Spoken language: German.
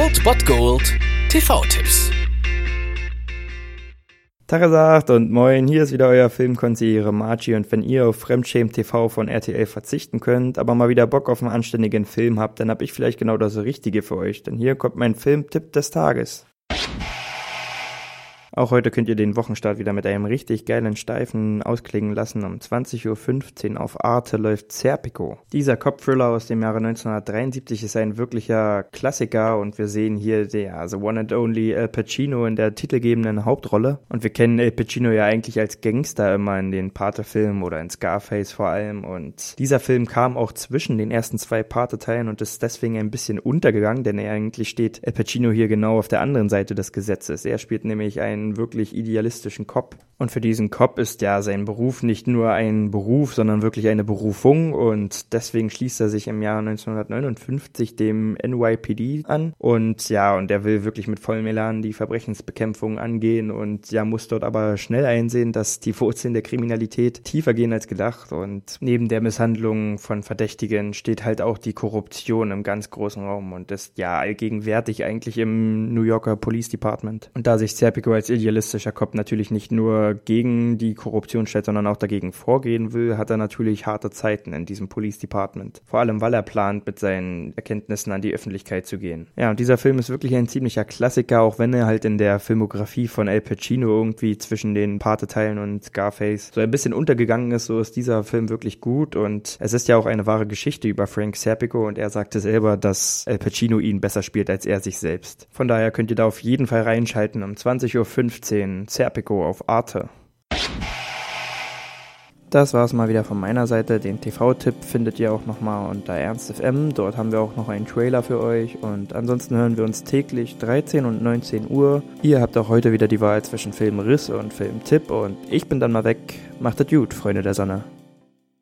Old Bot Gold TV-Tipps. Tagesacht und moin, hier ist wieder euer Filmkonsigliere Margie und wenn ihr auf Fremdschämen TV von RTL verzichten könnt, aber mal wieder Bock auf einen anständigen Film habt, dann hab ich vielleicht genau das Richtige für euch, denn hier kommt mein Filmtipp des Tages. Auch heute könnt ihr den Wochenstart wieder mit einem richtig geilen Steifen ausklingen lassen. Um 20.15 Uhr auf Arte läuft Serpico. Dieser Cop-Thriller aus dem Jahre 1973 ist ein wirklicher Klassiker und wir sehen hier the one and only Al Pacino in der titelgebenden Hauptrolle. Und wir kennen Al Pacino ja eigentlich als Gangster immer in den Pate-Filmen oder in Scarface vor allem. Und dieser Film kam auch zwischen den ersten zwei Pate-Teilen und ist deswegen ein bisschen untergegangen, denn eigentlich steht Al Pacino hier genau auf der anderen Seite des Gesetzes. Er spielt nämlich einen wirklich idealistischen Cop. Und für diesen Cop ist ja sein Beruf nicht nur ein Beruf, sondern wirklich eine Berufung und deswegen schließt er sich im Jahr 1959 dem NYPD an und er will wirklich mit vollem Elan die Verbrechensbekämpfung angehen und muss dort aber schnell einsehen, dass die Wurzeln der Kriminalität tiefer gehen als gedacht und neben der Misshandlung von Verdächtigen steht halt auch die Korruption im ganz großen Raum und ist allgegenwärtig eigentlich im New Yorker Police Department. Und da sich Serpico als idealistischer Cop natürlich nicht nur gegen die Korruption stellt, sondern auch dagegen vorgehen will, hat er natürlich harte Zeiten in diesem Police Department. Vor allem, weil er plant, mit seinen Erkenntnissen an die Öffentlichkeit zu gehen. Ja, und dieser Film ist wirklich ein ziemlicher Klassiker, auch wenn er halt in der Filmografie von Al Pacino irgendwie zwischen den Pate-Teilen und Scarface so ein bisschen untergegangen ist, so ist dieser Film wirklich gut und es ist ja auch eine wahre Geschichte über Frank Serpico und er sagte selber, dass Al Pacino ihn besser spielt als er sich selbst. Von daher könnt ihr da auf jeden Fall reinschalten um 20.15 Uhr Serpico auf Arte. Das war's mal wieder von meiner Seite. Den TV-Tipp findet ihr auch nochmal unter Ernst FM. Dort haben wir auch noch einen Trailer für euch. Und ansonsten hören wir uns täglich 13 und 19 Uhr. Ihr habt auch heute wieder die Wahl zwischen Filmriss und Filmtipp. Und ich bin dann mal weg. Macht es gut, Freunde der Sonne.